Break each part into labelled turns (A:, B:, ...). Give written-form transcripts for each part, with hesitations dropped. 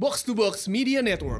A: Box to Box Media Network.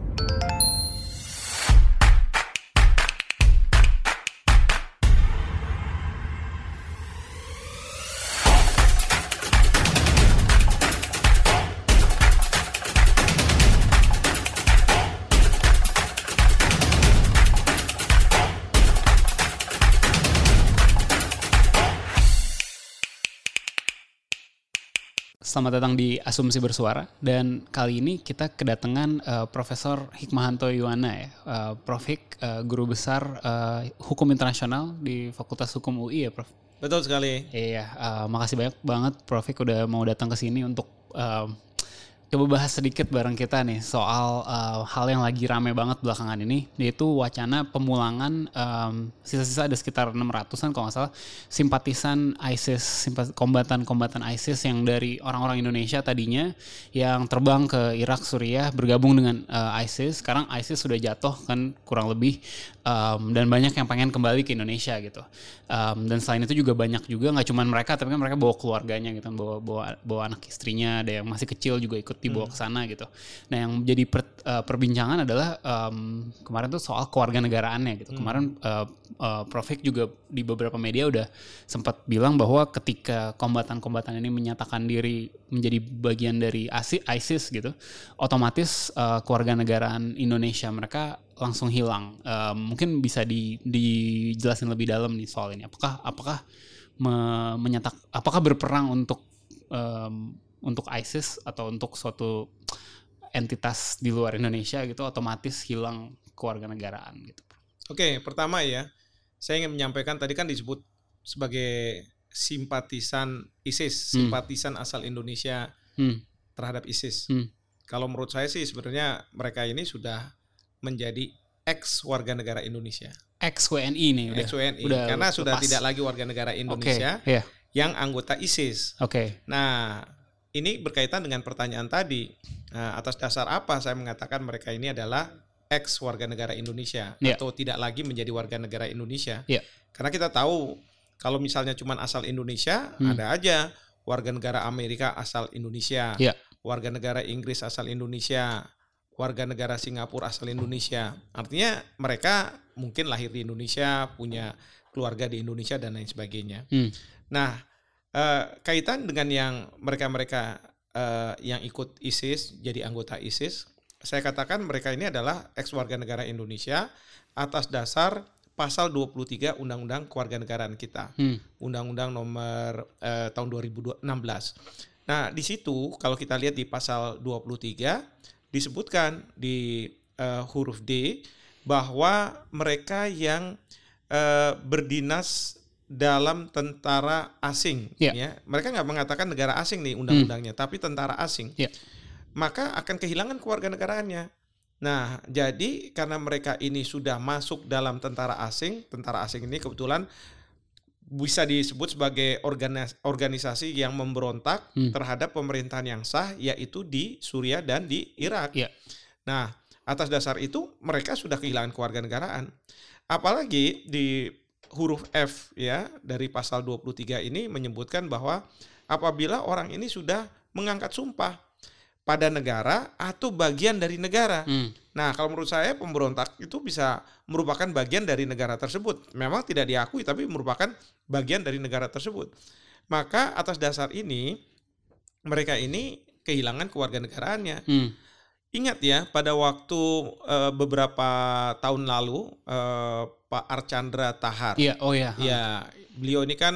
B: Selamat datang di Asumsi Bersuara, dan kali ini kita kedatangan Profesor Hikmahanto Yuwana ya. Prof Hik, guru besar Hukum Internasional di Fakultas Hukum UI ya, Prof.
C: Betul sekali.
B: Iya, makasih banyak banget Prof Hik udah mau datang ke sini untuk coba bahas sedikit bareng kita nih soal hal yang lagi rame banget belakangan ini, yaitu wacana pemulangan sisa-sisa ada sekitar 600-an kalau nggak salah simpatisan ISIS, kombatan ISIS yang dari orang-orang Indonesia tadinya yang terbang ke Irak, Suriah bergabung dengan ISIS. Sekarang ISIS sudah jatuh kan kurang lebih, dan banyak yang pengen kembali ke Indonesia gitu. Dan selain itu juga banyak juga nggak cuma mereka, tapi kan mereka bawa keluarganya gitu, bawa anak istrinya, ada yang masih kecil juga ikut dibawa ke sana gitu. Nah, yang jadi perbincangan adalah kemarin tuh soal kewarganegaraannya gitu. Kemarin Prof Hik juga di beberapa media udah sempat bilang bahwa ketika kombatan-kombatan ini menyatakan diri menjadi bagian dari ISIS gitu, otomatis kewarganegaraan Indonesia mereka langsung hilang. Mungkin bisa dijelasin lebih dalam nih soal ini. Apakah berperang untuk ISIS atau untuk suatu entitas di luar Indonesia gitu otomatis hilang kewarganegaraan gitu.
C: Oke, pertama ya, saya ingin menyampaikan tadi kan disebut sebagai simpatisan ISIS, simpatisan asal Indonesia terhadap ISIS. Kalau menurut saya sih sebenarnya mereka ini sudah menjadi ex warga negara Indonesia.
B: Ex WNI nih
C: udah karena sudah tidak lagi warga negara Indonesia yang anggota ISIS. Nah, ini berkaitan dengan pertanyaan tadi. Nah, atas dasar apa saya mengatakan mereka ini adalah ex warga negara Indonesia atau tidak lagi menjadi warga negara Indonesia? Karena kita tahu kalau misalnya cuma asal Indonesia, ada aja warga negara Amerika asal Indonesia, warga negara Inggris asal Indonesia, warga negara Singapura asal Indonesia. Artinya mereka mungkin lahir di Indonesia, punya keluarga di Indonesia dan lain sebagainya. Nah, kaitan dengan yang mereka yang ikut ISIS, jadi anggota ISIS, saya katakan mereka ini adalah ex warga negara Indonesia atas dasar pasal 23 Undang-Undang Kewarganegaraan kita, Undang-Undang nomor tahun 2016. Nah, di situ kalau kita lihat di pasal 23 disebutkan di huruf D bahwa mereka yang berdinas dalam tentara asing, ya, mereka nggak mengatakan negara asing nih undang-undangnya, tapi tentara asing, maka akan kehilangan kewarganegaraannya. Nah, jadi karena mereka ini sudah masuk dalam tentara asing ini kebetulan bisa disebut sebagai organisasi yang memberontak terhadap pemerintahan yang sah, yaitu di Suriah dan di Irak. Nah, atas dasar itu mereka sudah kehilangan kewarganegaraan. Apalagi di huruf F ya dari pasal 23 ini menyebutkan bahwa apabila orang ini sudah mengangkat sumpah pada negara atau bagian dari negara. Nah, kalau menurut saya pemberontak itu bisa merupakan bagian dari negara tersebut. Memang tidak diakui tapi merupakan bagian dari negara tersebut. Maka atas dasar ini mereka ini kehilangan kewarganegaraannya. Ingat ya, pada waktu beberapa tahun lalu Pak Archandra Tahar. Ya, beliau ini kan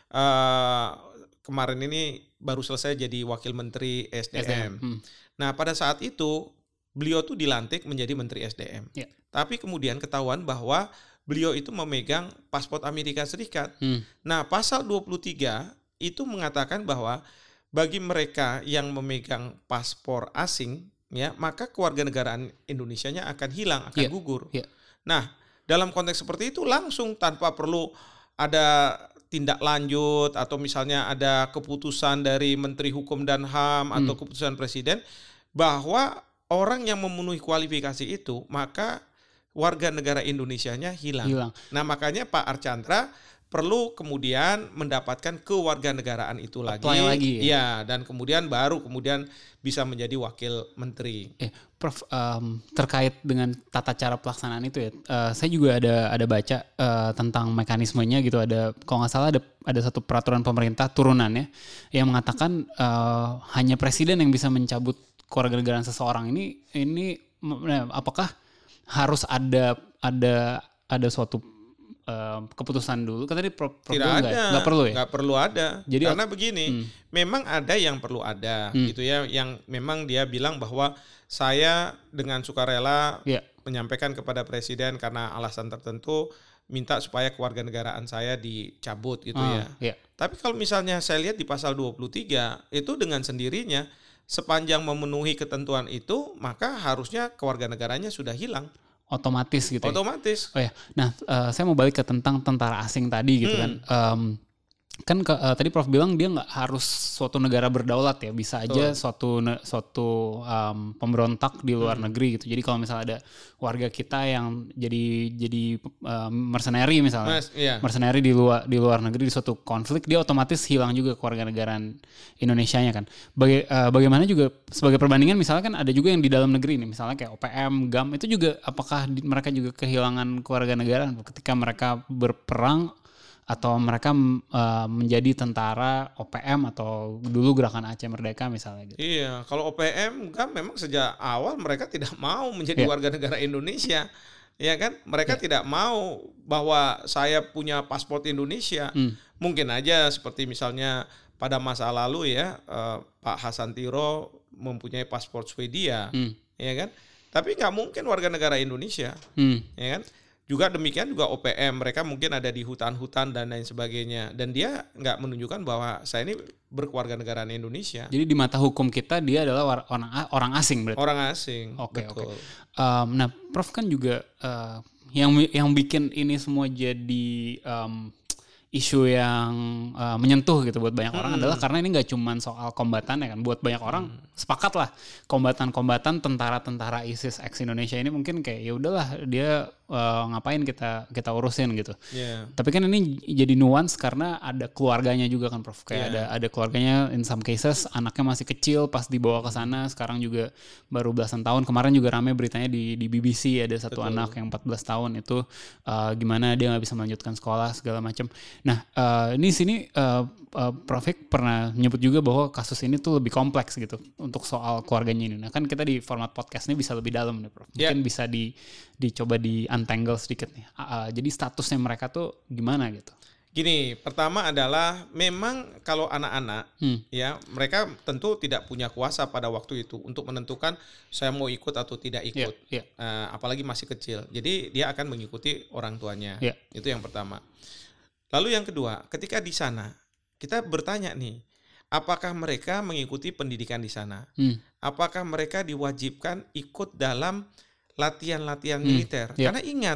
C: kemarin ini baru selesai jadi Wakil Menteri SDM. Nah, pada saat itu beliau tuh dilantik menjadi Menteri SDM. Tapi kemudian ketahuan bahwa beliau itu memegang paspor Amerika Serikat. Nah, pasal 23 itu mengatakan bahwa bagi mereka yang memegang paspor asing, ya, maka kewarganegaraan Indonesianya akan hilang, akan gugur. Nah, dalam konteks seperti itu langsung tanpa perlu ada tindak lanjut atau misalnya ada keputusan dari Menteri Hukum dan HAM atau keputusan Presiden bahwa orang yang memenuhi kualifikasi itu maka warga negara Indonesianya hilang. Nah, makanya Pak Archandra perlu kemudian mendapatkan kewarganegaraan itu lagi. Ya, dan kemudian bisa menjadi wakil menteri.
B: Prof, terkait dengan tata cara pelaksanaan itu ya, saya juga ada baca tentang mekanismenya gitu. Kalau nggak salah ada satu peraturan pemerintah turunannya yang mengatakan hanya presiden yang bisa mencabut kewarganegaraan seseorang. Ini apakah harus ada suatu keputusan dulu? Kan tadi
C: nggak perlu ada. Jadi karena begini, memang ada yang perlu ada gitu ya, yang memang dia bilang bahwa saya dengan sukarela menyampaikan kepada presiden karena alasan tertentu minta supaya kewarganegaraan saya dicabut gitu ya. Tapi kalau misalnya saya lihat di pasal 23 itu dengan sendirinya sepanjang memenuhi ketentuan itu maka harusnya kewarganegaraannya sudah hilang.
B: Otomatis gitu.
C: Otomatis.
B: Oh ya. Nah, saya mau balik ke tentang tentara asing tadi gitu kan. Tadi Prof bilang dia nggak harus suatu negara berdaulat ya, bisa aja suatu pemberontak di luar negeri gitu. Jadi kalau misalnya ada warga kita yang jadi mercenary misalnya, mercenary di luar negeri di suatu konflik, dia otomatis hilang juga kewarganegaraan Indonesianya kan. Bagaimana juga sebagai perbandingan misalnya kan ada juga yang di dalam negeri nih, misalnya kayak OPM, GAM itu juga apakah mereka juga kehilangan kewarganegaraan ketika mereka berperang atau mereka menjadi tentara OPM atau dulu Gerakan Aceh Merdeka misalnya gitu.
C: Iya, kalau OPM kan memang sejak awal mereka tidak mau menjadi warga negara Indonesia. Ya kan? Mereka tidak mau bahwa saya punya paspor Indonesia. Mungkin aja seperti misalnya pada masa lalu ya, Pak Hasan Tiro mempunyai paspor Swedia, ya kan? Tapi nggak mungkin warga negara Indonesia, ya kan? Juga demikian juga OPM, mereka mungkin ada di hutan-hutan dan lain sebagainya. Dan dia nggak menunjukkan bahwa saya ini berkewarganegaraan Indonesia.
B: Jadi di mata hukum kita dia adalah orang asing berarti?
C: Orang asing,
B: Oke. Nah, Prof kan juga yang bikin ini semua jadi isu yang menyentuh gitu buat banyak orang adalah karena ini nggak cuma soal kombatan ya kan, buat banyak orang sepakat lah kombatan-kombatan tentara-tentara ISIS ex Indonesia ini mungkin kayak ya udahlah dia ngapain kita urusin gitu. Tapi kan ini jadi nuance karena ada keluarganya juga kan Prof, kayak ada keluarganya in some cases anaknya masih kecil pas dibawa ke sana, sekarang juga baru belasan tahun. Kemarin juga rame beritanya di BBC ada satu anak yang 14 tahun itu gimana dia nggak bisa melanjutkan sekolah segala macam. Nah, ini sini Prof pernah nyebut juga bahwa kasus ini tuh lebih kompleks gitu untuk soal keluarganya ini. Nah, kan kita di format podcast ini bisa lebih dalam nih Prof. Mungkin bisa dicoba di untangle sedikit nih. Jadi statusnya mereka tuh gimana gitu?
C: Gini, pertama adalah memang kalau anak-anak ya mereka tentu tidak punya kuasa pada waktu itu untuk menentukan saya mau ikut atau tidak ikut. Apalagi masih kecil. Jadi dia akan mengikuti orang tuanya. Itu yang pertama. Lalu yang kedua, ketika di sana kita bertanya nih, apakah mereka mengikuti pendidikan di sana? Apakah mereka diwajibkan ikut dalam latihan-latihan militer? Karena ingat,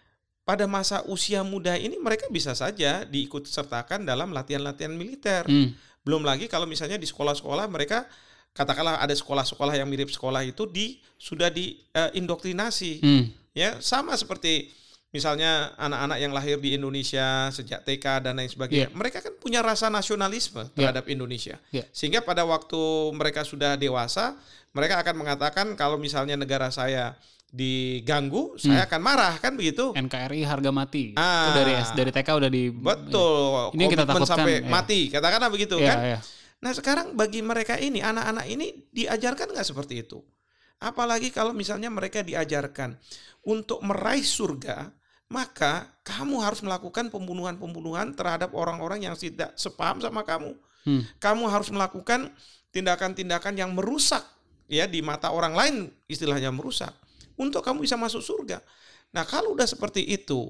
C: pada masa usia muda ini mereka bisa saja diikut sertakan dalam latihan-latihan militer. Belum lagi kalau misalnya di sekolah-sekolah mereka, katakanlah ada sekolah-sekolah yang mirip sekolah itu sudah diindoktrinasi. Ya, sama seperti misalnya anak-anak yang lahir di Indonesia sejak TK dan lain sebagainya, mereka kan punya rasa nasionalisme terhadap Indonesia. Sehingga pada waktu mereka sudah dewasa, mereka akan mengatakan kalau misalnya negara saya diganggu, saya akan marah, kan begitu?
B: NKRI harga mati. Itu dari TK udah di
C: betul. Ini kita takutkan sampai mati, katakanlah begitu kan? Nah, sekarang bagi mereka ini, anak-anak ini diajarkan nggak seperti itu? Apalagi kalau misalnya mereka diajarkan untuk meraih surga, maka kamu harus melakukan pembunuhan-pembunuhan terhadap orang-orang yang tidak sepaham sama kamu. Kamu harus melakukan tindakan-tindakan yang merusak ya di mata orang lain, istilahnya merusak, untuk kamu bisa masuk surga. Nah, kalau udah seperti itu,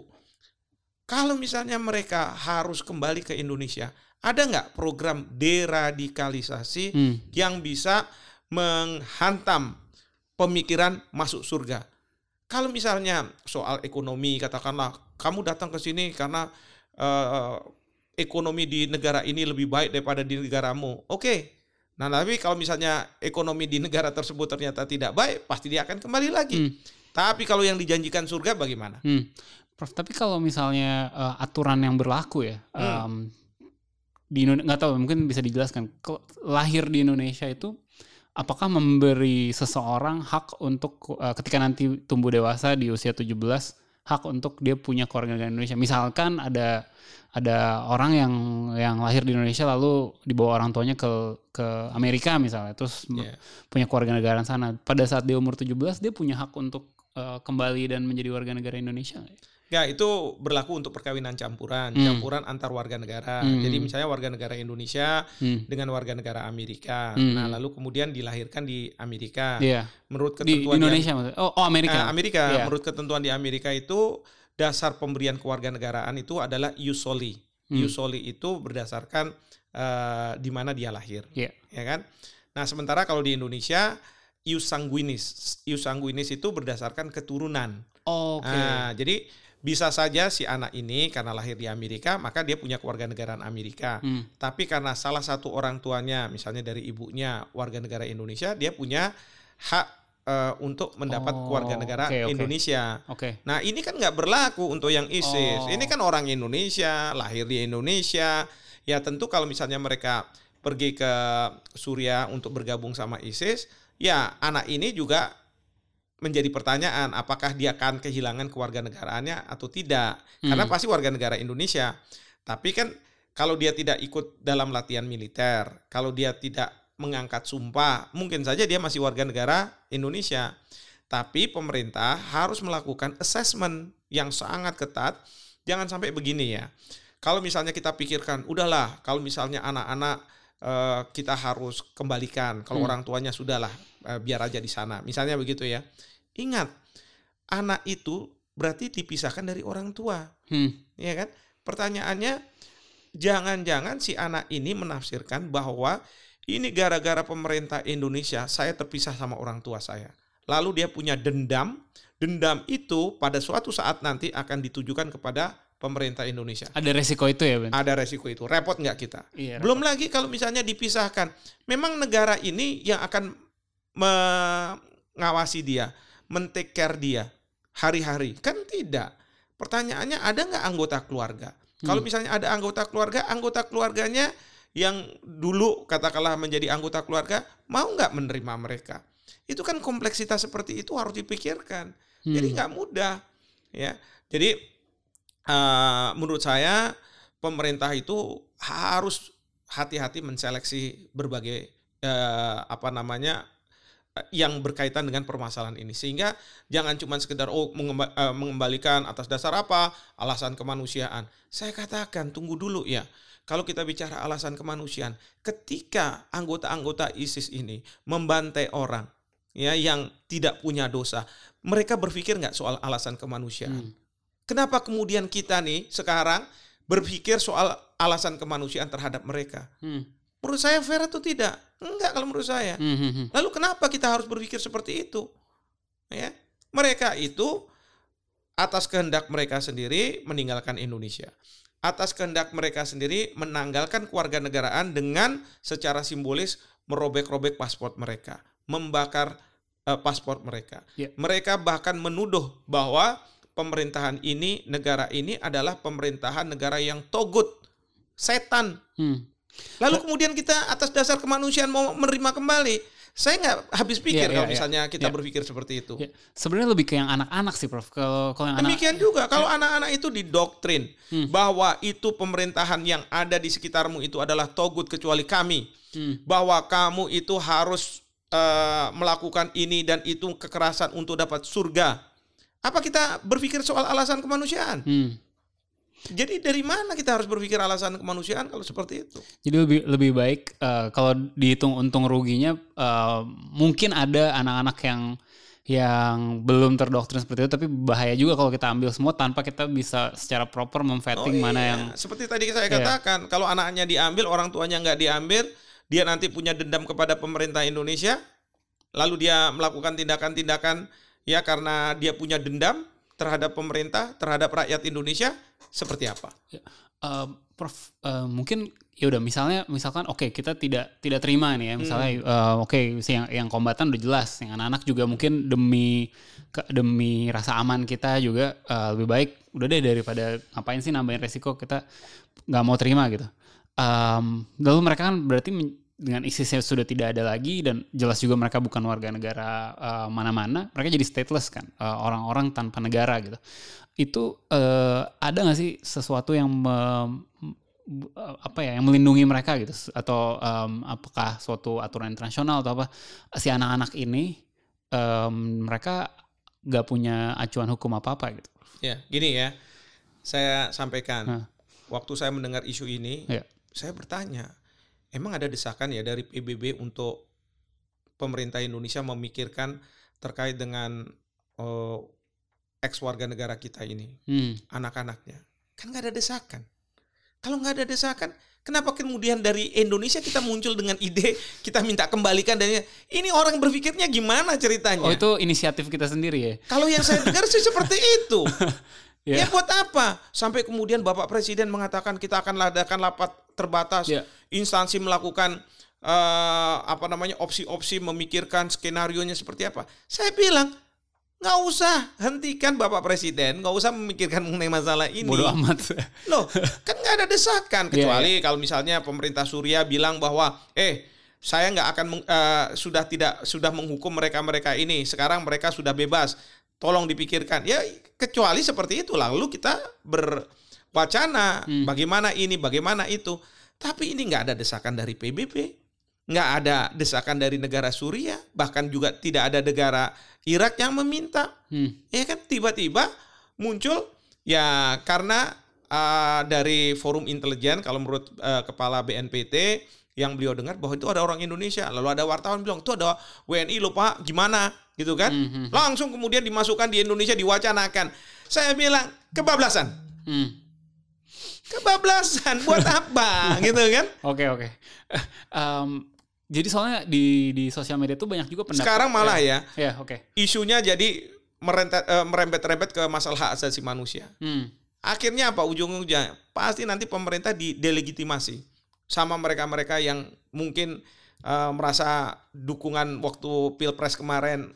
C: kalau misalnya mereka harus kembali ke Indonesia, ada nggak program deradikalisasi yang bisa menghantam pemikiran masuk surga? Kalau misalnya soal ekonomi, katakanlah kamu datang ke sini karena ekonomi di negara ini lebih baik daripada di negaramu. Oke. Nah, tapi kalau misalnya ekonomi di negara tersebut ternyata tidak baik, pasti dia akan kembali lagi. Tapi kalau yang dijanjikan surga bagaimana?
B: Prof, tapi kalau misalnya aturan yang berlaku ya, di Indonesia, nggak tahu, mungkin bisa dijelaskan, lahir di Indonesia itu apakah memberi seseorang hak untuk ketika nanti tumbuh dewasa di usia 17, hak untuk dia punya kewarganegaraan Indonesia. Misalkan ada orang yang lahir di Indonesia lalu dibawa orang tuanya ke Amerika misalnya, terus punya kewarganegaraan sana. Pada saat dia umur 17 dia punya hak untuk kembali dan menjadi warga negara Indonesia.
C: Ya, itu berlaku untuk perkawinan campuran antar warga negara. Jadi misalnya warga negara Indonesia dengan warga negara Amerika. Nah, lalu kemudian dilahirkan di Amerika. Menurut ketentuan
B: di Indonesia Amerika.
C: Amerika. Menurut ketentuan di Amerika itu dasar pemberian kewarganegaraan itu adalah ius soli. Ius soli itu berdasarkan di mana dia lahir. Ya kan? Nah, sementara kalau di Indonesia ius sanguinis. Ius sanguinis itu berdasarkan keturunan. Nah, jadi bisa saja si anak ini karena lahir di Amerika, maka dia punya kewarganegaraan Amerika. Tapi karena salah satu orang tuanya, misalnya dari ibunya warga negara Indonesia, dia punya hak untuk mendapat kewarganegaraan Indonesia. Nah, ini kan nggak berlaku untuk yang ISIS. Ini kan orang Indonesia, lahir di Indonesia. Ya tentu kalau misalnya mereka pergi ke Suriah untuk bergabung sama ISIS, ya anak ini juga menjadi pertanyaan apakah dia akan kehilangan kewarganegaraannya atau tidak. Karena pasti warga negara Indonesia. Tapi kan kalau dia tidak ikut dalam latihan militer, kalau dia tidak mengangkat sumpah, mungkin saja dia masih warga negara Indonesia. Tapi pemerintah harus melakukan assessment yang sangat ketat. Jangan sampai begini ya. Kalau misalnya kita pikirkan, udahlah kalau misalnya anak-anak kita harus kembalikan. Kalau orang tuanya sudahlah biar aja di sana. Misalnya begitu ya. Ingat, anak itu berarti dipisahkan dari orang tua. Ya kan? Pertanyaannya, jangan-jangan si anak ini menafsirkan bahwa ini gara-gara pemerintah Indonesia saya terpisah sama orang tua saya. Lalu dia punya dendam. Dendam itu pada suatu saat nanti akan ditujukan kepada pemerintah Indonesia.
B: Ada resiko itu ya, Ben?
C: Ada resiko itu. Repot nggak kita?
B: Iya,
C: belum lagi kalau misalnya dipisahkan. Memang negara ini yang akan mengawasi dia, men-take care dia hari-hari. Kan tidak. Pertanyaannya, ada nggak anggota keluarga? Kalau misalnya ada anggota keluarganya yang dulu katakanlah menjadi anggota keluarga, mau nggak menerima mereka? Itu kan kompleksitas seperti itu harus dipikirkan. Jadi nggak mudah. Ya. Jadi menurut saya pemerintah itu harus hati-hati menseleksi berbagai yang berkaitan dengan permasalahan ini, sehingga jangan cuma sekedar mengembalikan atas dasar apa, alasan kemanusiaan. Saya katakan tunggu dulu ya. Kalau kita bicara alasan kemanusiaan, ketika anggota-anggota ISIS ini membantai orang ya yang tidak punya dosa, mereka berpikir nggak soal alasan kemanusiaan? Kenapa kemudian kita nih sekarang berpikir soal alasan kemanusiaan terhadap mereka? Menurut saya fair atau tidak? Enggak kalau menurut saya. Lalu kenapa kita harus berpikir seperti itu? Ya, mereka itu atas kehendak mereka sendiri meninggalkan Indonesia. Atas kehendak mereka sendiri menanggalkan kewarganegaraan dengan secara simbolis merobek-robek paspor mereka, membakar paspor mereka. Mereka bahkan menuduh bahwa pemerintahan ini, negara ini adalah pemerintahan negara yang togut, setan. Lalu kemudian kita atas dasar kemanusiaan mau menerima kembali. Saya nggak habis pikir kalau misalnya kita berpikir seperti itu.
B: Sebenarnya lebih ke yang anak-anak sih, Prof. Kalau yang
C: demikian juga kalau anak-anak itu didoktrin bahwa itu pemerintahan yang ada di sekitarmu itu adalah togut kecuali kami. Bahwa kamu itu harus melakukan ini dan itu kekerasan untuk dapat surga. Apa kita berpikir soal alasan kemanusiaan? Jadi dari mana kita harus berpikir alasan kemanusiaan kalau seperti itu?
B: Jadi lebih baik kalau dihitung untung ruginya, mungkin ada anak-anak yang belum terdoktrin seperti itu, tapi bahaya juga kalau kita ambil semua tanpa kita bisa secara proper memvetting mana yang.
C: Seperti tadi saya katakan, kalau anaknya diambil, orang tuanya nggak diambil, dia nanti punya dendam kepada pemerintah Indonesia, lalu dia melakukan tindakan-tindakan ya karena dia punya dendam terhadap pemerintah, terhadap rakyat Indonesia, seperti apa?
B: Prof, mungkin ya udah misalkan oke, kita tidak terima nih ya misalnya oke, yang kombatan udah jelas, yang anak-anak juga mungkin demi rasa aman kita juga lebih baik udah deh daripada ngapain sih nambahin resiko, kita nggak mau terima gitu. Lalu mereka kan berarti dengan ISIS sudah tidak ada lagi dan jelas juga mereka bukan warga negara mana-mana, mereka jadi stateless kan, orang-orang tanpa negara gitu. Itu ada nggak sih sesuatu yang yang melindungi mereka gitu, atau apakah suatu aturan internasional atau apa, si anak-anak ini mereka nggak punya acuan hukum apa-apa gitu?
C: Ya, gini ya, saya sampaikan waktu saya mendengar isu ini, saya bertanya, emang ada desakan ya dari PBB untuk pemerintah Indonesia memikirkan terkait dengan ex warga negara kita ini, anak-anaknya? Kan nggak ada desakan. Kalau nggak ada desakan, kenapa kemudian dari Indonesia kita muncul dengan ide kita minta kembalikan, dan ini orang berpikirnya gimana ceritanya?
B: Oh, itu inisiatif kita sendiri ya?
C: Kalau yang saya dengar sih seperti itu. Ya buat apa? Sampai kemudian Bapak Presiden mengatakan kita akan adakan rapat terbatas, instansi melakukan opsi-opsi, memikirkan skenario-nya seperti apa. Saya bilang, nggak usah, hentikan Bapak Presiden, nggak usah memikirkan mengenai masalah ini.
B: Bodoh amat.
C: Loh, kan nggak ada desakan, kecuali kalau misalnya pemerintah Suriah bilang bahwa saya nggak akan sudah menghukum mereka ini, sekarang mereka sudah bebas, tolong dipikirkan. Ya kecuali seperti itu, lalu kita berwacana bagaimana ini, bagaimana itu. Tapi ini nggak ada desakan dari PBB, nggak ada desakan dari negara Suriah, bahkan juga tidak ada negara Irak yang meminta. Ya kan, tiba-tiba muncul ya karena dari forum intelijen, kalau menurut kepala BNPT yang beliau dengar bahwa itu ada orang Indonesia, lalu ada wartawan bilang itu ada WNI loh Pak, gimana gitu kan. Langsung kemudian dimasukkan di Indonesia, diwacanakan. Saya bilang kebablasan. Kebablasan buat apa gitu kan.
B: Oke. Jadi soalnya di sosial media tuh banyak juga pendapat.
C: Sekarang malah
B: isunya
C: jadi merembet-rembet ke masalah hak asasi manusia. Akhirnya apa ujung-ujungnya? Pasti nanti pemerintah didelegitimasi sama mereka-mereka yang mungkin merasa dukungan waktu Pilpres kemarin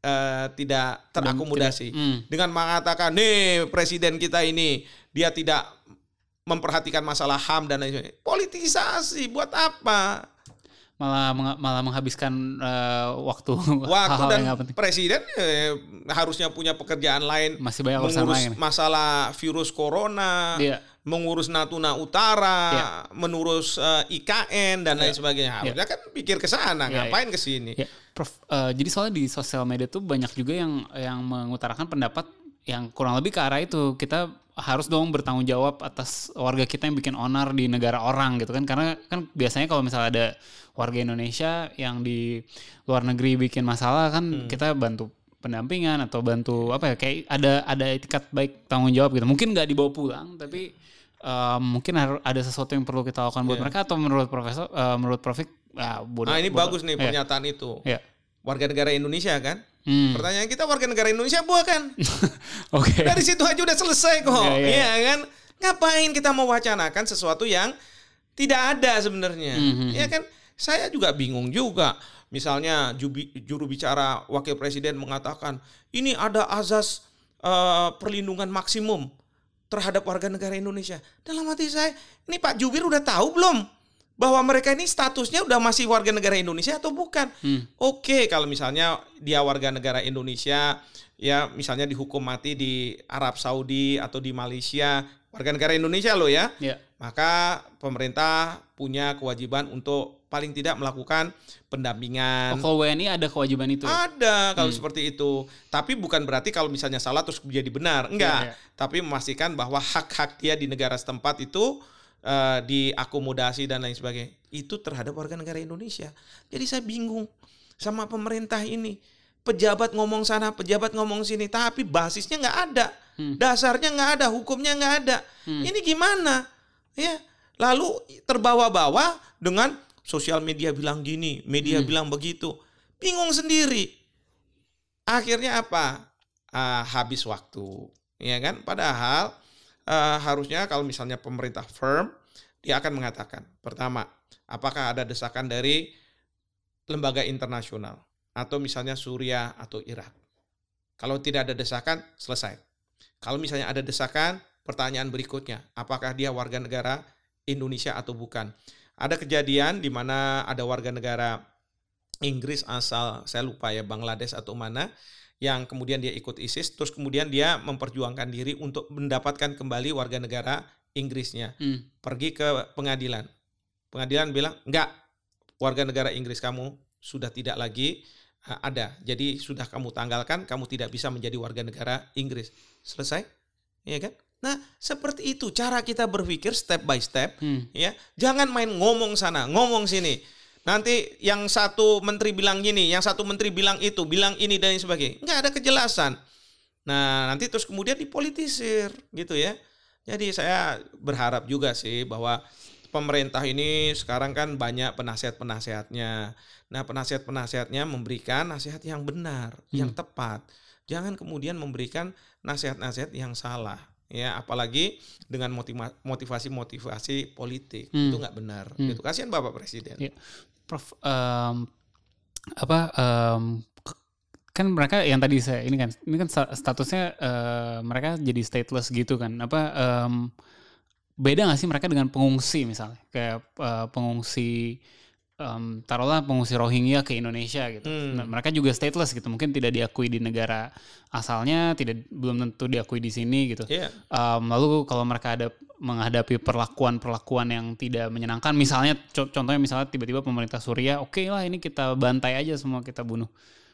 C: tidak terakomodasi. Dengan mengatakan, nih presiden kita ini, dia tidak memperhatikan masalah HAM dan lain sebagainya. Politisasi buat apa?
B: Malah menghabiskan waktu
C: dan presiden harusnya punya pekerjaan lain,
B: masih banyak
C: mengurus
B: lain.
C: Masalah virus corona, mengurus Natuna Utara, mengurus IKN dan lain sebagainya. Harusnya kan pikir ke sana, ngapain ke sini.
B: Prof, jadi soalnya di sosial media tuh banyak juga yang mengutarakan pendapat yang kurang lebih ke arah itu, kita harus dong bertanggung jawab atas warga kita yang bikin onar di negara orang gitu kan. Karena kan biasanya kalau misalnya ada warga Indonesia yang di luar negeri bikin masalah kan kita bantu pendampingan atau bantu kayak ada etikat baik tanggung jawab gitu. Mungkin nggak dibawa pulang, tapi mungkin ada sesuatu yang perlu kita lakukan buat mereka. Atau menurut Profik
C: ini bagus nih pernyataan itu. Warga negara Indonesia kan. Pertanyaan kita, warga negara Indonesia bukan? Dari situ aja udah selesai kok. Iya kan? Ngapain kita mewacanakan sesuatu yang tidak ada sebenarnya? Ya kan? Saya juga bingung juga. Misalnya juru bicara wakil presiden mengatakan ini ada azas perlindungan maksimum terhadap warga negara Indonesia. Dalam hati saya, ini Pak Jubir udah tahu belum bahwa mereka ini statusnya udah masih warga negara Indonesia atau bukan? Oke, kalau misalnya dia warga negara Indonesia, ya misalnya dihukum mati di Arab Saudi atau di Malaysia, warga negara Indonesia loh ya. Maka pemerintah punya kewajiban untuk paling tidak melakukan pendampingan.
B: Kalau WNI ada kewajiban itu?
C: Ada kalau seperti itu. Tapi bukan berarti kalau misalnya salah terus jadi benar. Enggak. Tapi memastikan bahwa hak-hak dia di negara setempat itu diakomodasi dan lain sebagainya. Itu terhadap warga negara Indonesia. Jadi saya bingung sama pemerintah ini. Pejabat ngomong sana, pejabat ngomong sini, tapi basisnya nggak ada. Dasarnya nggak ada, hukumnya nggak ada. Ini gimana? Ya, lalu terbawa-bawa dengan sosial media bilang gini, media bilang begitu. Bingung sendiri. Akhirnya apa? Habis waktu. Ya kan? Padahal harusnya kalau misalnya pemerintah firm, dia akan mengatakan, pertama, apakah ada desakan dari lembaga internasional atau misalnya Suriah atau Irak. Kalau tidak ada desakan, selesai. Kalau misalnya ada desakan, pertanyaan berikutnya, apakah dia warga negara Indonesia atau bukan? Ada kejadian di mana ada warga negara Inggris asal, saya lupa ya, Bangladesh atau mana, yang kemudian dia ikut ISIS, terus kemudian dia memperjuangkan diri untuk mendapatkan kembali warga negara Inggrisnya. Pergi ke pengadilan. Pengadilan bilang, enggak, warga negara Inggris kamu sudah tidak lagi ada. Jadi sudah kamu tanggalkan, kamu tidak bisa menjadi warga negara Inggris. Selesai? Ya kan? Nah, seperti itu cara kita berpikir step by step. Ya, jangan main ngomong sana, ngomong sini. Nanti yang satu menteri bilang gini, yang satu menteri bilang itu, bilang ini dan sebagainya. Nggak ada kejelasan. Nah, nanti terus kemudian dipolitisir gitu ya. Jadi saya berharap juga sih bahwa pemerintah ini sekarang kan banyak penasihat-penasihatnya. Nah, penasihat-penasihatnya memberikan nasihat yang benar, yang tepat. Jangan kemudian memberikan nasihat-nasihat yang salah. Ya, apalagi dengan motivasi-motivasi politik. Itu nggak benar. Gitu. Kasihan Bapak Presiden.
B: Ya. Prof, kan mereka yang tadi ini kan statusnya mereka jadi stateless gitu kan. Beda nggak sih mereka dengan pengungsi misalnya, kayak pengungsi taruhlah pengungsi Rohingya ke Indonesia gitu. Nah, mereka juga stateless gitu, mungkin tidak diakui di negara asalnya, belum tentu diakui di sini gitu. Lalu kalau mereka ada menghadapi perlakuan yang tidak menyenangkan, misalnya contohnya misalnya tiba-tiba pemerintah Suriah, oke lah ini kita bantai aja semua, kita bunuh.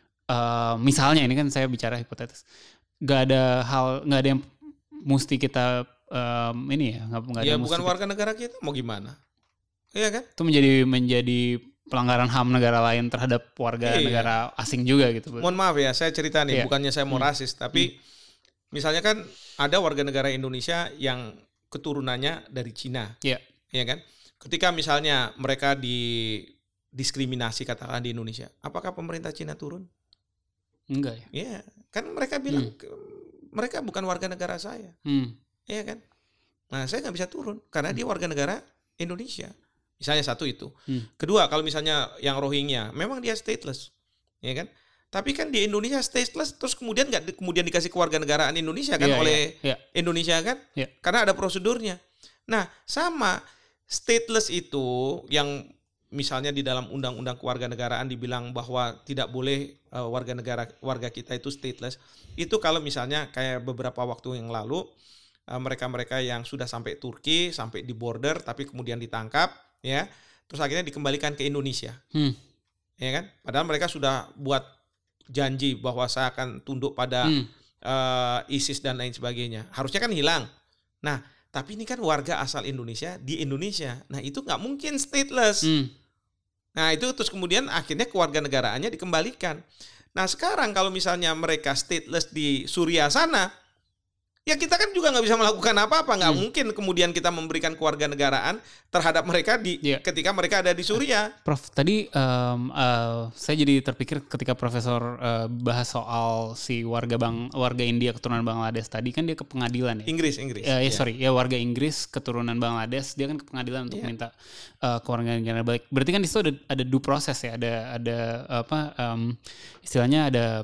B: Misalnya ini kan saya bicara hipotetis, nggak ada yang mesti kita ini ya, nggak ada.
C: Ya bukan warga negara kita, mau gimana? Iya kan?
B: Itu menjadi pelanggaran HAM negara lain terhadap warga negara asing juga gitu.
C: Mohon maaf ya, saya cerita nih, bukannya saya mau rasis, tapi misalnya kan ada warga negara Indonesia yang keturunannya dari Cina, ya kan? Ketika misalnya mereka didiskriminasi katakanlah di Indonesia, apakah pemerintah Cina turun?
B: Enggak ya?
C: Iya, kan mereka bilang mereka bukan warga negara saya, iya kan? Nah, saya nggak bisa turun karena dia warga negara Indonesia. Misalnya satu itu. Kedua, kalau misalnya yang Rohingya, memang dia stateless, ya kan? Tapi kan di Indonesia stateless, terus kemudian nggak kemudian dikasih kewarganegaraan Indonesia kan oleh Indonesia kan? Karena ada prosedurnya. Nah, sama stateless itu yang misalnya di dalam undang-undang kewarganegaraan dibilang bahwa tidak boleh warga kita itu stateless. Itu kalau misalnya kayak beberapa waktu yang lalu mereka-mereka yang sudah sampai Turki, sampai di border, tapi kemudian ditangkap, ya, terus akhirnya dikembalikan ke Indonesia, ya kan? Padahal mereka sudah buat janji bahwa saya akan tunduk pada ISIS dan lain sebagainya. Harusnya kan hilang. Nah, tapi ini kan warga asal Indonesia di Indonesia. Nah, itu nggak mungkin stateless. Nah, itu terus kemudian akhirnya kewarganegaraannya dikembalikan. Nah, sekarang kalau misalnya mereka stateless di Suriah sana, ya kita kan juga nggak bisa melakukan apa-apa. Nggak mungkin kemudian kita memberikan kewarganegaraan terhadap mereka ketika mereka ada di Suriah.
B: Prof, tadi saya jadi terpikir ketika Profesor bahas soal si warga India keturunan Bangladesh tadi, kan dia ke pengadilan ya.
C: Inggris.
B: Warga Inggris keturunan Bangladesh, dia kan ke pengadilan untuk minta kewarganegaraan balik. Berarti kan di situ ada due process ya, ada istilahnya ada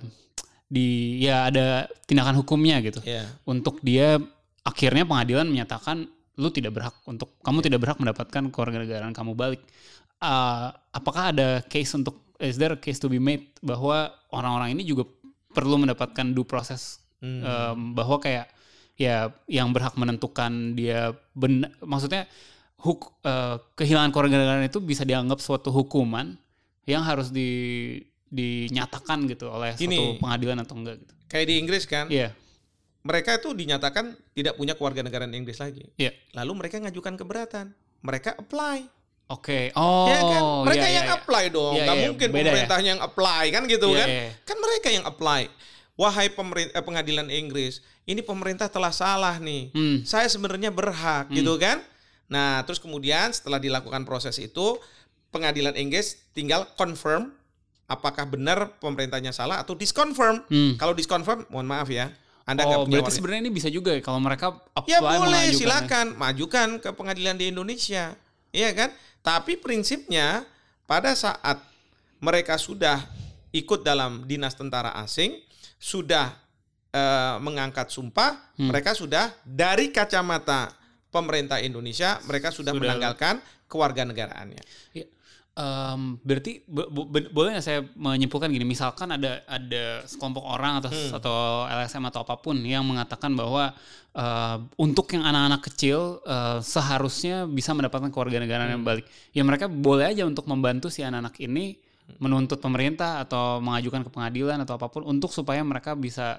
B: ada tindakan hukumnya gitu. Untuk dia akhirnya pengadilan menyatakan kamu tidak berhak mendapatkan kewarganegaraan kamu balik. Apakah ada is there a case to be made bahwa orang-orang ini juga perlu mendapatkan due process, bahwa kayak ya yang berhak menentukan dia maksudnya kehilangan kewarganegaraan itu bisa dianggap suatu hukuman yang harus dinyatakan gitu oleh suatu pengadilan atau enggak gitu.
C: Kayak di Inggris kan? Mereka itu dinyatakan tidak punya kewarganegaraan Inggris lagi. Lalu mereka ngajukan keberatan. Mereka apply.
B: Oke.
C: Ya kan? Mereka yang apply dong. Gak mungkin pemerintahnya yang apply kan gitu kan? Kan mereka yang apply. Wahai pengadilan Inggris, ini pemerintah telah salah nih. Saya sebenarnya berhak gitu kan? Nah, terus kemudian setelah dilakukan proses itu, pengadilan Inggris tinggal confirm apakah benar pemerintahnya salah atau disconfirm. Kalau disconfirm, mohon maaf ya, Anda nggak punya
B: berarti sebenarnya ini bisa juga ya kalau mereka
C: ya boleh, silakan majukan ke pengadilan di Indonesia, iya kan? Tapi prinsipnya pada saat mereka sudah ikut dalam dinas tentara asing, sudah mengangkat sumpah, mereka sudah dari kacamata pemerintah Indonesia, mereka sudah menanggalkan kewarganegaraannya. Ya.
B: Berarti boleh nggak saya menyimpulkan gini, misalkan ada sekelompok orang atau LSM atau apapun yang mengatakan bahwa untuk yang anak-anak kecil seharusnya bisa mendapatkan kewarganegaraan yang balik, ya mereka boleh aja untuk membantu si anak-anak ini menuntut pemerintah atau mengajukan ke pengadilan atau apapun untuk supaya mereka bisa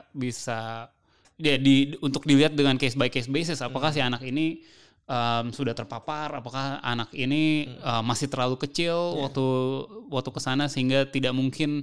B: untuk dilihat dengan case by case basis, apakah si anak ini sudah terpapar, apakah anak ini masih terlalu kecil waktu kesana sehingga tidak mungkin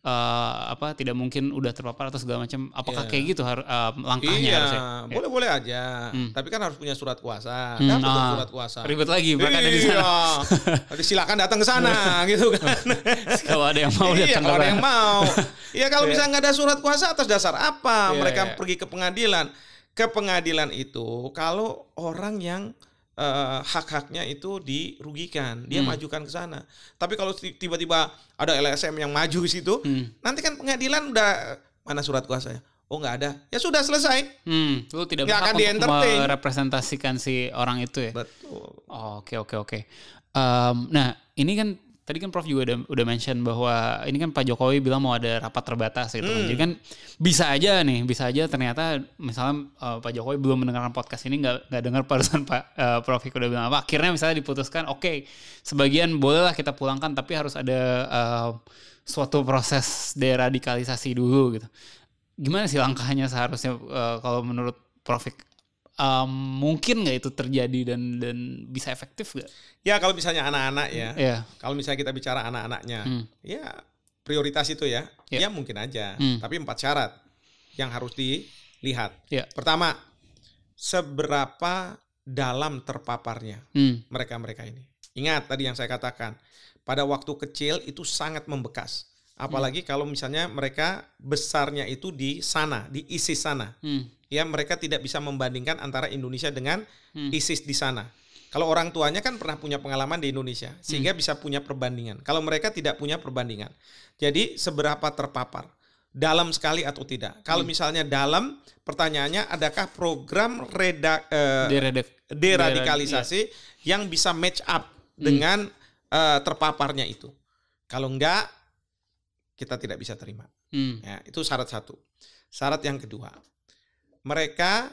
B: udah terpapar atau segala macam, apakah kayak gitu langkahnya harusnya?
C: Boleh aja, tapi kan harus punya surat kuasa. Surat kuasa
B: ribet lagi bahkan di sana.
C: Silakan datang ke sana gitu kan.
B: Kalau ada yang mau datang,
C: kalau ada yang mau. Ya kalau bisa nggak ada surat kuasa, atas dasar apa mereka pergi ke pengadilan? Ke pengadilan itu kalau orang yang hak-haknya itu dirugikan, dia majukan ke sana. Tapi kalau tiba-tiba ada LSM yang maju di situ, nanti kan pengadilan udah mana surat kuasanya? Oh nggak ada, ya sudah selesai.
B: Lu tidak berhak untuk merepresentasikan si orang itu ya.
C: Betul.
B: Oke. Nah ini kan tadi kan Prof juga udah mention bahwa ini kan Pak Jokowi bilang mau ada rapat terbatas gitu kan. Jadi kan bisa aja ternyata misalnya Pak Jokowi belum mendengarkan podcast ini, nggak dengar barusan Pak Prof udah bilang apa. Akhirnya misalnya diputuskan, oke, sebagian bolehlah kita pulangkan, tapi harus ada suatu proses deradikalisasi dulu gitu. Gimana sih langkahnya seharusnya kalau menurut Prof? Mungkin nggak itu terjadi dan bisa efektif nggak?
C: Ya kalau misalnya anak-anak ya, kalau misalnya kita bicara anak-anaknya, ya prioritas itu ya mungkin aja. Tapi 4 syarat yang harus dilihat. Pertama, seberapa dalam terpaparnya mereka ini. Ingat tadi yang saya katakan, pada waktu kecil itu sangat membekas. Apalagi kalau misalnya mereka besarnya itu di sana, di ISIS sana. Ya mereka tidak bisa membandingkan antara Indonesia dengan ISIS di sana. Kalau orang tuanya kan pernah punya pengalaman di Indonesia, sehingga bisa punya perbandingan. Kalau mereka tidak punya perbandingan. Jadi seberapa terpapar? Dalam sekali atau tidak? Kalau misalnya dalam, pertanyaannya adakah program deradikalisasi yang bisa match up dengan terpaparnya itu? Kalau enggak, kita tidak bisa terima. Ya, itu syarat satu. Syarat yang kedua, mereka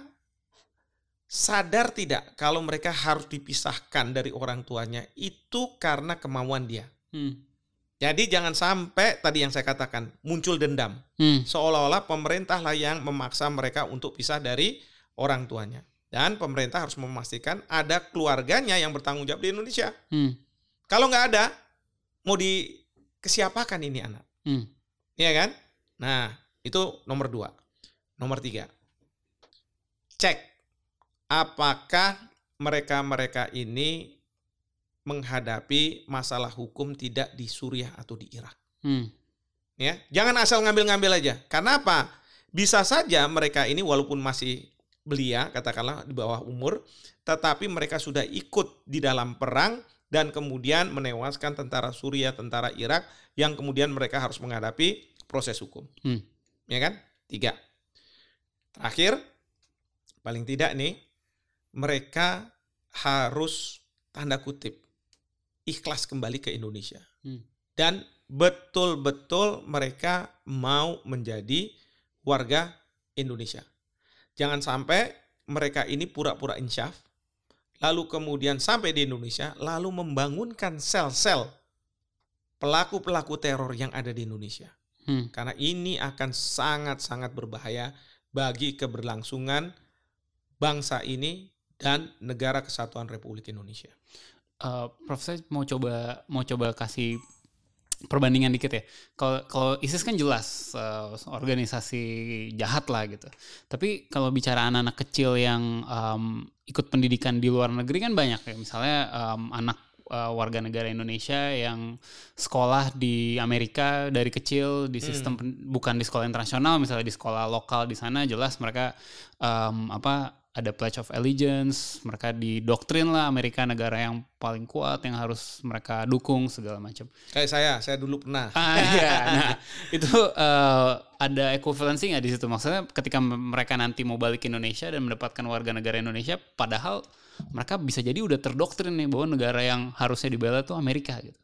C: sadar tidak kalau mereka harus dipisahkan dari orang tuanya itu karena kemauan dia. Jadi jangan sampai tadi yang saya katakan muncul dendam. Seolah-olah pemerintah lah yang memaksa mereka untuk pisah dari orang tuanya. Dan pemerintah harus memastikan ada keluarganya yang bertanggung jawab di Indonesia. Kalau nggak ada, mau dikesiapakan ini anak? Iya kan? Nah, itu nomor 2. Nomor 3. Cek apakah mereka ini menghadapi masalah hukum tidak di Suriah atau di Irak. Ya, jangan asal ngambil-ngambil aja. Karena apa? Bisa saja mereka ini walaupun masih belia, katakanlah di bawah umur, tetapi mereka sudah ikut di dalam perang dan kemudian menewaskan tentara Suriah, tentara Irak, yang kemudian mereka harus menghadapi proses hukum. Ya kan? 3. Terakhir, paling tidak nih, mereka harus tanda kutip ikhlas kembali ke Indonesia. Dan betul-betul mereka mau menjadi warga Indonesia. Jangan sampai mereka ini pura-pura insyaf, lalu kemudian sampai di Indonesia, lalu membangunkan sel-sel pelaku-pelaku teror yang ada di Indonesia. Karena ini akan sangat-sangat berbahaya bagi keberlangsungan bangsa ini dan negara kesatuan Republik Indonesia.
B: Prof, saya mau coba kasih perbandingan dikit ya. Kalau ISIS kan jelas organisasi jahat lah gitu. Tapi kalau bicara anak-anak kecil yang ikut pendidikan di luar negeri kan banyak ya. Misalnya anak warga negara Indonesia yang sekolah di Amerika dari kecil di sistem bukan di sekolah internasional, misalnya di sekolah lokal di sana, jelas mereka ada Pledge of Allegiance, mereka didoktrin lah Amerika negara yang paling kuat yang harus mereka dukung segala macam.
C: Kayak saya dulu pernah.
B: Iya, nah itu ada equivalency nggak di situ? Maksudnya ketika mereka nanti mau balik ke Indonesia dan mendapatkan warga negara Indonesia, padahal mereka bisa jadi udah terdoktrin nih bahwa negara yang harusnya dibela tuh Amerika gitu.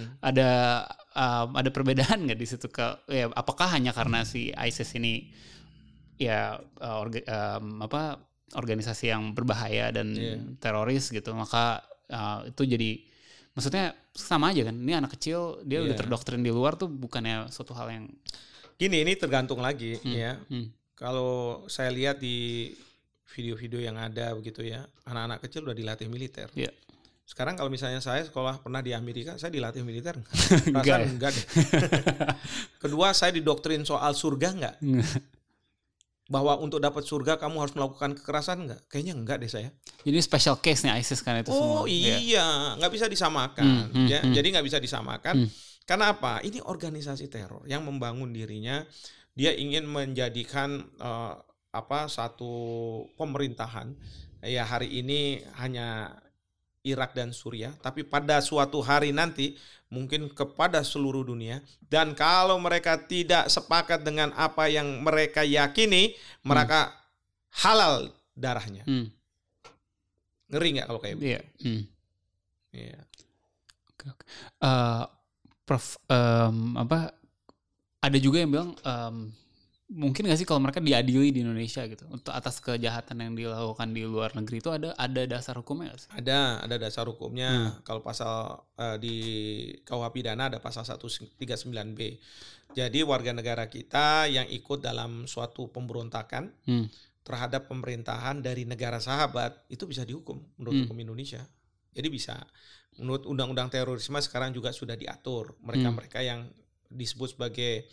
B: Ada perbedaan nggak di situ apakah hanya karena si ISIS ini organisasi yang berbahaya dan teroris gitu, maka itu jadi maksudnya sama aja kan, ini anak kecil dia udah terdoktrin di luar tuh bukannya suatu hal yang
C: ini tergantung lagi ya. Kalau saya lihat di video-video yang ada begitu ya, anak-anak kecil udah dilatih militer. Sekarang kalau misalnya saya sekolah pernah di Amerika, saya dilatih militer enggak deh. Kedua, saya didoktrin soal surga enggak? Bahwa untuk dapat surga kamu harus melakukan kekerasan enggak? Kayaknya enggak deh saya.
B: Jadi special case nih ISIS kan itu semua.
C: Oh iya, nggak bisa disamakan. Jadi nggak bisa disamakan. Karena apa? Ini organisasi teror yang membangun dirinya. Dia ingin menjadikan satu pemerintahan. Ya hari ini hanya Irak dan Suriah, tapi pada suatu hari nanti mungkin kepada seluruh dunia. Dan kalau mereka tidak sepakat dengan apa yang mereka yakini, mereka halal darahnya. Ngeri nggak kalau kayak begitu? Iya.
B: Prof, ada juga yang bilang mungkin nggak sih kalau mereka diadili di Indonesia gitu untuk atas kejahatan yang dilakukan di luar negeri itu ada dasar hukumnya nggak sih?
C: Ada dasar hukumnya. Kalau pasal di KUH pidana ada pasal 139B. Jadi warga negara kita yang ikut dalam suatu pemberontakan terhadap pemerintahan dari negara sahabat itu bisa dihukum menurut hukum Indonesia. Jadi bisa. Menurut undang-undang terorisme sekarang juga sudah diatur mereka-mereka yang disebut sebagai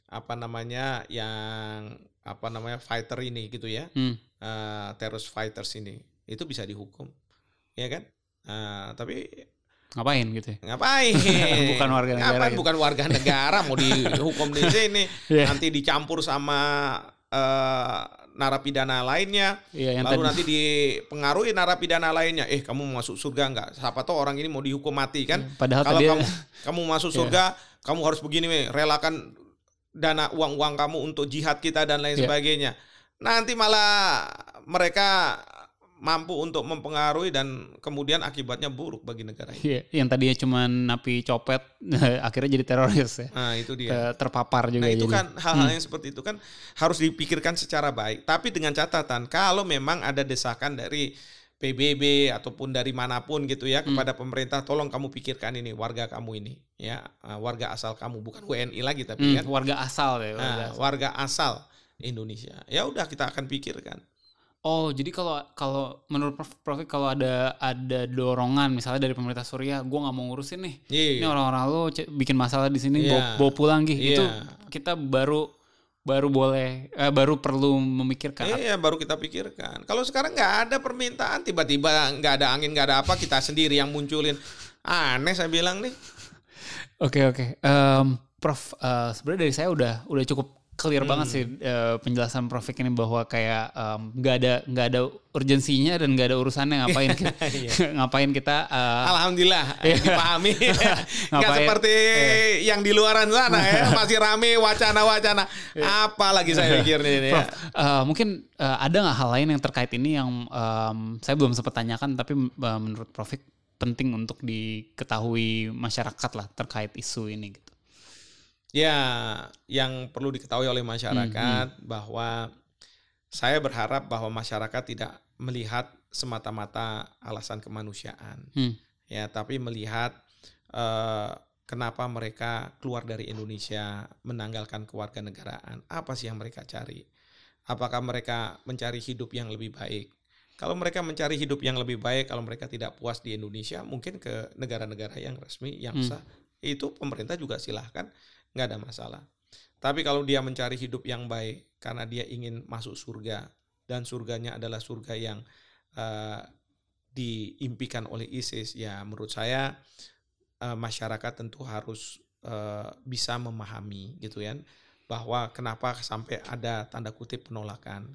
C: fighter ini gitu ya, terrorist fighters ini itu bisa dihukum, ya kan? Tapi
B: ngapain gitu ya?
C: Ngapain?
B: Bukan warga negara.
C: Gitu. Bukan warga negara mau dihukum di sini, nanti dicampur sama narapidana lainnya, lalu nanti dipengaruhi narapidana lainnya. Kamu mau masuk surga nggak? Siapa tahu orang ini mau dihukum mati kan?
B: Padahal
C: kalau kamu masuk surga, kamu harus begini, relakan dana uang kamu untuk jihad kita dan lain sebagainya. Nanti malah mereka mampu untuk mempengaruhi dan kemudian akibatnya buruk bagi negara ini.
B: Yang tadinya cuma napi copet akhirnya jadi teroris ya.
C: Nah, itu dia.
B: Terpapar juga.
C: Nah, itu kan hal-hal yang seperti itu kan harus dipikirkan secara baik. Tapi dengan catatan kalau memang ada desakan dari PBB ataupun dari manapun gitu ya kepada pemerintah, tolong kamu pikirkan ini warga kamu ini ya, warga asal kamu, bukan WNI lagi tapi kan
B: warga asal ya.
C: Warga asal Indonesia. Ya udah kita akan pikirkan.
B: Oh, jadi kalau menurut Prof kalau ada dorongan misalnya dari pemerintah Suriah, gue nggak mau ngurusin nih, ini orang-orang lo bikin masalah di sini, bawa pulang gitu, itu kita baru perlu memikirkan.
C: Baru kita pikirkan. Kalau sekarang nggak ada permintaan, tiba-tiba nggak ada angin, nggak ada apa, kita sendiri yang munculin. Aneh saya bilang nih.
B: Oke. Prof, sebenarnya dari saya udah cukup clear banget sih penjelasan Prof ini bahwa kayak nggak ada urgensinya dan nggak ada urusannya ngapain kita
C: alhamdulillah dipahami. Nggak seperti yang di luaran sana ya, masih rame wacana apa lagi saya pikir ini
B: Prof, mungkin ada nggak hal lain yang terkait ini yang saya belum sempat tanyakan tapi menurut Prof penting untuk diketahui masyarakat lah terkait isu ini gitu.
C: Ya, yang perlu diketahui oleh masyarakat bahwa saya berharap bahwa masyarakat tidak melihat semata-mata alasan kemanusiaan, ya, tapi melihat kenapa mereka keluar dari Indonesia menanggalkan kewarganegaraan. Apa sih yang mereka cari? Apakah mereka mencari hidup yang lebih baik? Kalau mereka mencari hidup yang lebih baik, kalau mereka tidak puas di Indonesia, mungkin ke negara-negara yang resmi, yang sah. Itu pemerintah juga silahkan. Nggak ada masalah. Tapi kalau dia mencari hidup yang baik karena dia ingin masuk surga dan surganya adalah surga yang diimpikan oleh ISIS, ya menurut saya masyarakat tentu harus bisa memahami gitu ya, bahwa kenapa sampai ada tanda kutip penolakan.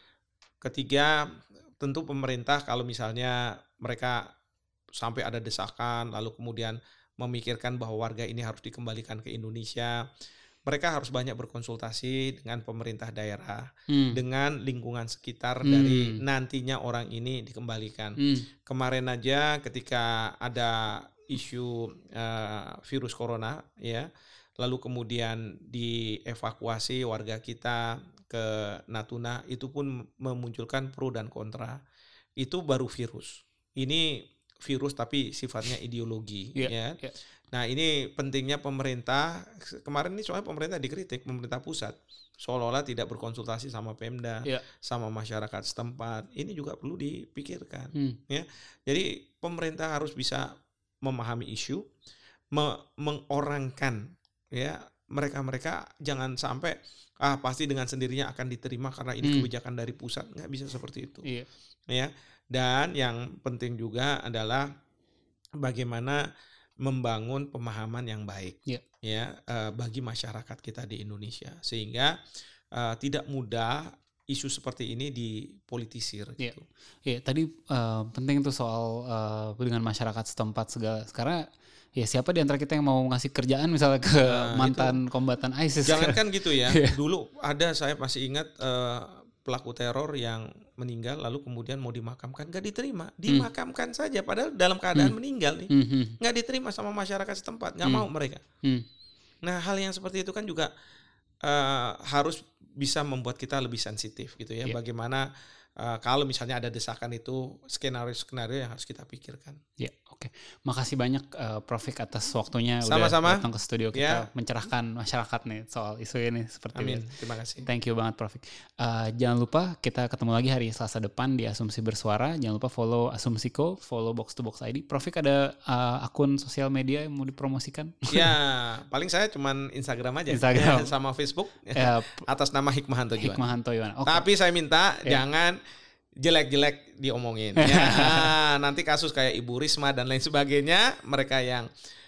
C: Ketiga, tentu pemerintah kalau misalnya mereka sampai ada desakan lalu kemudian memikirkan bahwa warga ini harus dikembalikan ke Indonesia, mereka harus banyak berkonsultasi dengan pemerintah daerah, dengan lingkungan sekitar dari nantinya orang ini dikembalikan. Kemarin aja ketika ada isu virus corona, ya, lalu kemudian dievakuasi warga kita ke Natuna, itu pun memunculkan pro dan kontra. Itu baru virus. Ini virus tapi sifatnya ideologi, ya. Nah, ini pentingnya pemerintah. Kemarin ini soalnya pemerintah dikritik, pemerintah pusat seolah-olah tidak berkonsultasi sama Pemda, sama masyarakat setempat. Ini juga perlu dipikirkan, ya. Jadi pemerintah harus bisa memahami isu, mengorangkan, ya, mereka jangan sampai pasti dengan sendirinya akan diterima karena ini kebijakan dari pusat. Nggak bisa seperti itu, ya. Dan yang penting juga adalah bagaimana membangun pemahaman yang baik, ya, bagi masyarakat kita di Indonesia, sehingga tidak mudah isu seperti ini dipolitisir. Gitu.
B: Tadi penting tuh soal dengan masyarakat setempat segala. Karena ya siapa di antara kita yang mau ngasih kerjaan misalnya ke mantan kombatan ISIS?
C: Jangankan gitu ya. Dulu ada, saya masih ingat pelaku teror yang meninggal lalu kemudian mau dimakamkan, nggak diterima, dimakamkan saja padahal dalam keadaan meninggal nih, nggak diterima sama masyarakat setempat, nggak mau mereka. Nah, hal yang seperti itu kan juga harus bisa membuat kita lebih sensitif gitu ya. Bagaimana kalau misalnya ada desakan, itu skenario-skenario yang harus kita pikirkan.
B: Oke. Makasih banyak Prof. Fik atas waktunya.
C: Sama-sama.
B: Udah datang ke studio kita mencerahkan masyarakat nih soal isu ini seperti
C: Amin.
B: ini.
C: Terima kasih.
B: Thank you banget Prof. Fik. Jangan lupa kita ketemu lagi hari Selasa depan di Asumsi Bersuara. Jangan lupa follow Asumsiko, follow Box to Box ID. Prof. Fik ada akun sosial media yang mau dipromosikan?
C: Ya, paling saya cuman Instagram aja.
B: Instagram.
C: Sama Facebook. Atas nama Hikmahanto Juwana.
B: Hikmahanto Juwana. Okay.
C: Tapi saya minta jangan jelek-jelek diomongin. Nanti kasus kayak Ibu Risma dan lain sebagainya, mereka yang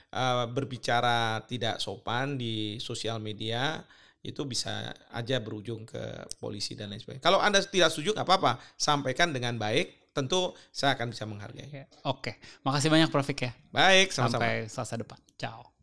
C: berbicara tidak sopan di sosial media, itu bisa aja berujung ke polisi dan lain sebagainya. Kalau Anda tidak setuju, nggak apa-apa, sampaikan dengan baik. Tentu saya akan bisa menghargai.
B: Oke. Makasih banyak Prof. Fik ya.
C: Baik, sama-sama.
B: Sampai Selasa depan. Ciao.